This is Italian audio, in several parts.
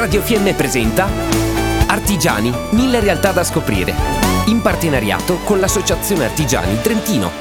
Radio Fiemme presenta Artigiani, 1000 realtà da scoprire, in partenariato con l'Associazione Artigiani Trentino.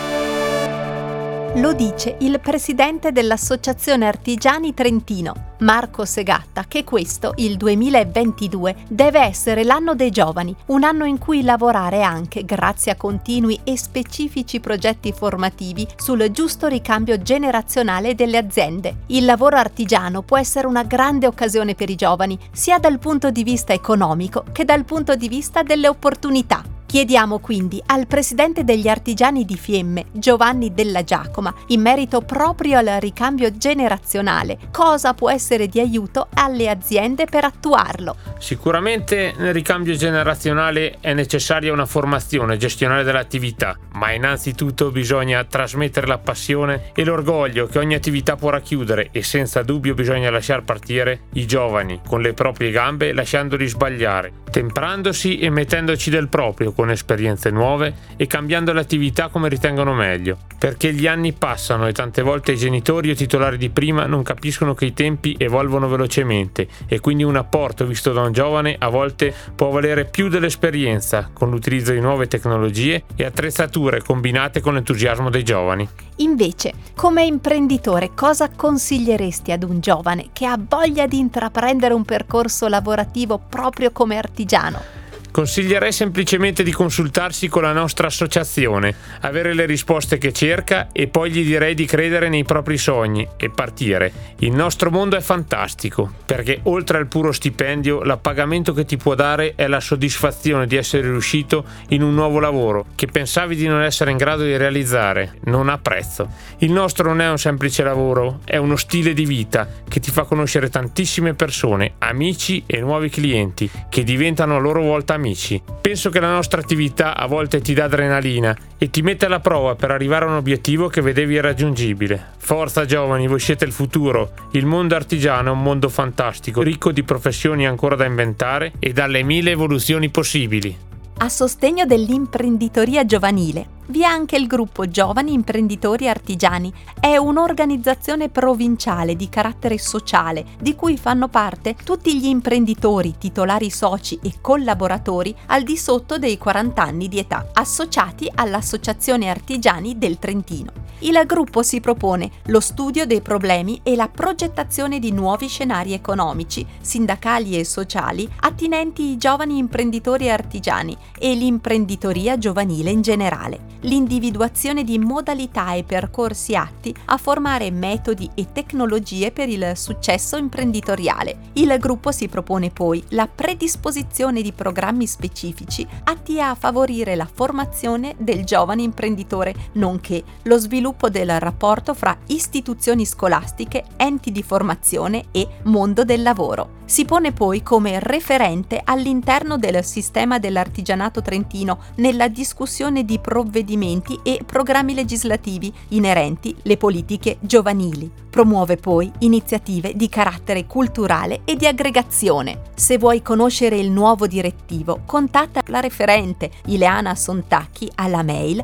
Lo dice il presidente dell'Associazione Artigiani Trentino, Marco Segatta, che questo, il 2022, deve essere l'anno dei giovani, un anno in cui lavorare anche, grazie a continui e specifici progetti formativi, sul giusto ricambio generazionale delle aziende. Il lavoro artigiano può essere una grande occasione per i giovani, sia dal punto di vista economico che dal punto di vista delle opportunità. Chiediamo quindi al presidente degli artigiani di Fiemme, Giovanni Della Giacoma, in merito proprio al ricambio generazionale, cosa può essere di aiuto alle aziende per attuarlo. Sicuramente nel ricambio generazionale è necessaria una formazione gestionale dell'attività, ma innanzitutto bisogna trasmettere la passione e l'orgoglio che ogni attività può racchiudere, e senza dubbio bisogna lasciar partire i giovani con le proprie gambe, lasciandoli sbagliare, temprandosi e mettendoci del proprio, con esperienze nuove e cambiando l'attività come ritengono meglio, perché gli anni passano e tante volte i genitori o titolari di prima non capiscono che i tempi evolvono velocemente, e quindi un apporto visto da un giovane a volte può valere più dell'esperienza, con l'utilizzo di nuove tecnologie e attrezzature combinate con l'entusiasmo dei giovani. Invece, come imprenditore, cosa consiglieresti ad un giovane che ha voglia di intraprendere un percorso lavorativo proprio come artigiano? Consiglierei semplicemente di consultarsi con la nostra associazione, avere le risposte che cerca, e poi gli direi di credere nei propri sogni e partire. Il nostro mondo è fantastico, perché oltre al puro stipendio, l'appagamento che ti può dare è la soddisfazione di essere riuscito in un nuovo lavoro che pensavi di non essere in grado di realizzare. Non ha prezzo. Il nostro non è un semplice lavoro, è uno stile di vita che ti fa conoscere tantissime persone, amici e nuovi clienti che diventano a loro volta amici. Penso che la nostra attività a volte ti dà adrenalina e ti mette alla prova per arrivare a un obiettivo che vedevi irraggiungibile. Forza giovani, voi siete il futuro. Il mondo artigiano è un mondo fantastico, ricco di professioni ancora da inventare e dalle 1000 evoluzioni possibili. A sostegno dell'imprenditoria giovanile vi è anche il gruppo Giovani Imprenditori Artigiani. È un'organizzazione provinciale di carattere sociale di cui fanno parte tutti gli imprenditori, titolari soci e collaboratori al di sotto dei 40 anni di età, associati all'Associazione Artigiani del Trentino. Il gruppo si propone lo studio dei problemi e la progettazione di nuovi scenari economici, sindacali e sociali attinenti ai giovani imprenditori artigiani e l'imprenditoria giovanile in generale. L'individuazione di modalità e percorsi atti a formare metodi e tecnologie per il successo imprenditoriale. Il gruppo si propone poi la predisposizione di programmi specifici atti a favorire la formazione del giovane imprenditore, nonché lo sviluppo del rapporto fra istituzioni scolastiche, enti di formazione e mondo del lavoro. Si pone poi come referente all'interno del sistema dell'artigianato trentino nella discussione di provvedimenti e programmi legislativi inerenti alle politiche giovanili. Promuove poi iniziative di carattere culturale e di aggregazione. Se vuoi conoscere il nuovo direttivo, contatta la referente Ileana Sontacchi alla mail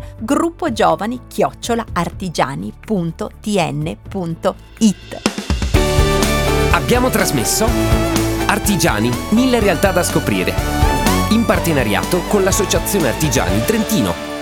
gruppogiovani@artigiani.tn.it. Abbiamo trasmesso Artigiani, 1000 realtà da scoprire, in partenariato con l'Associazione Artigiani Trentino.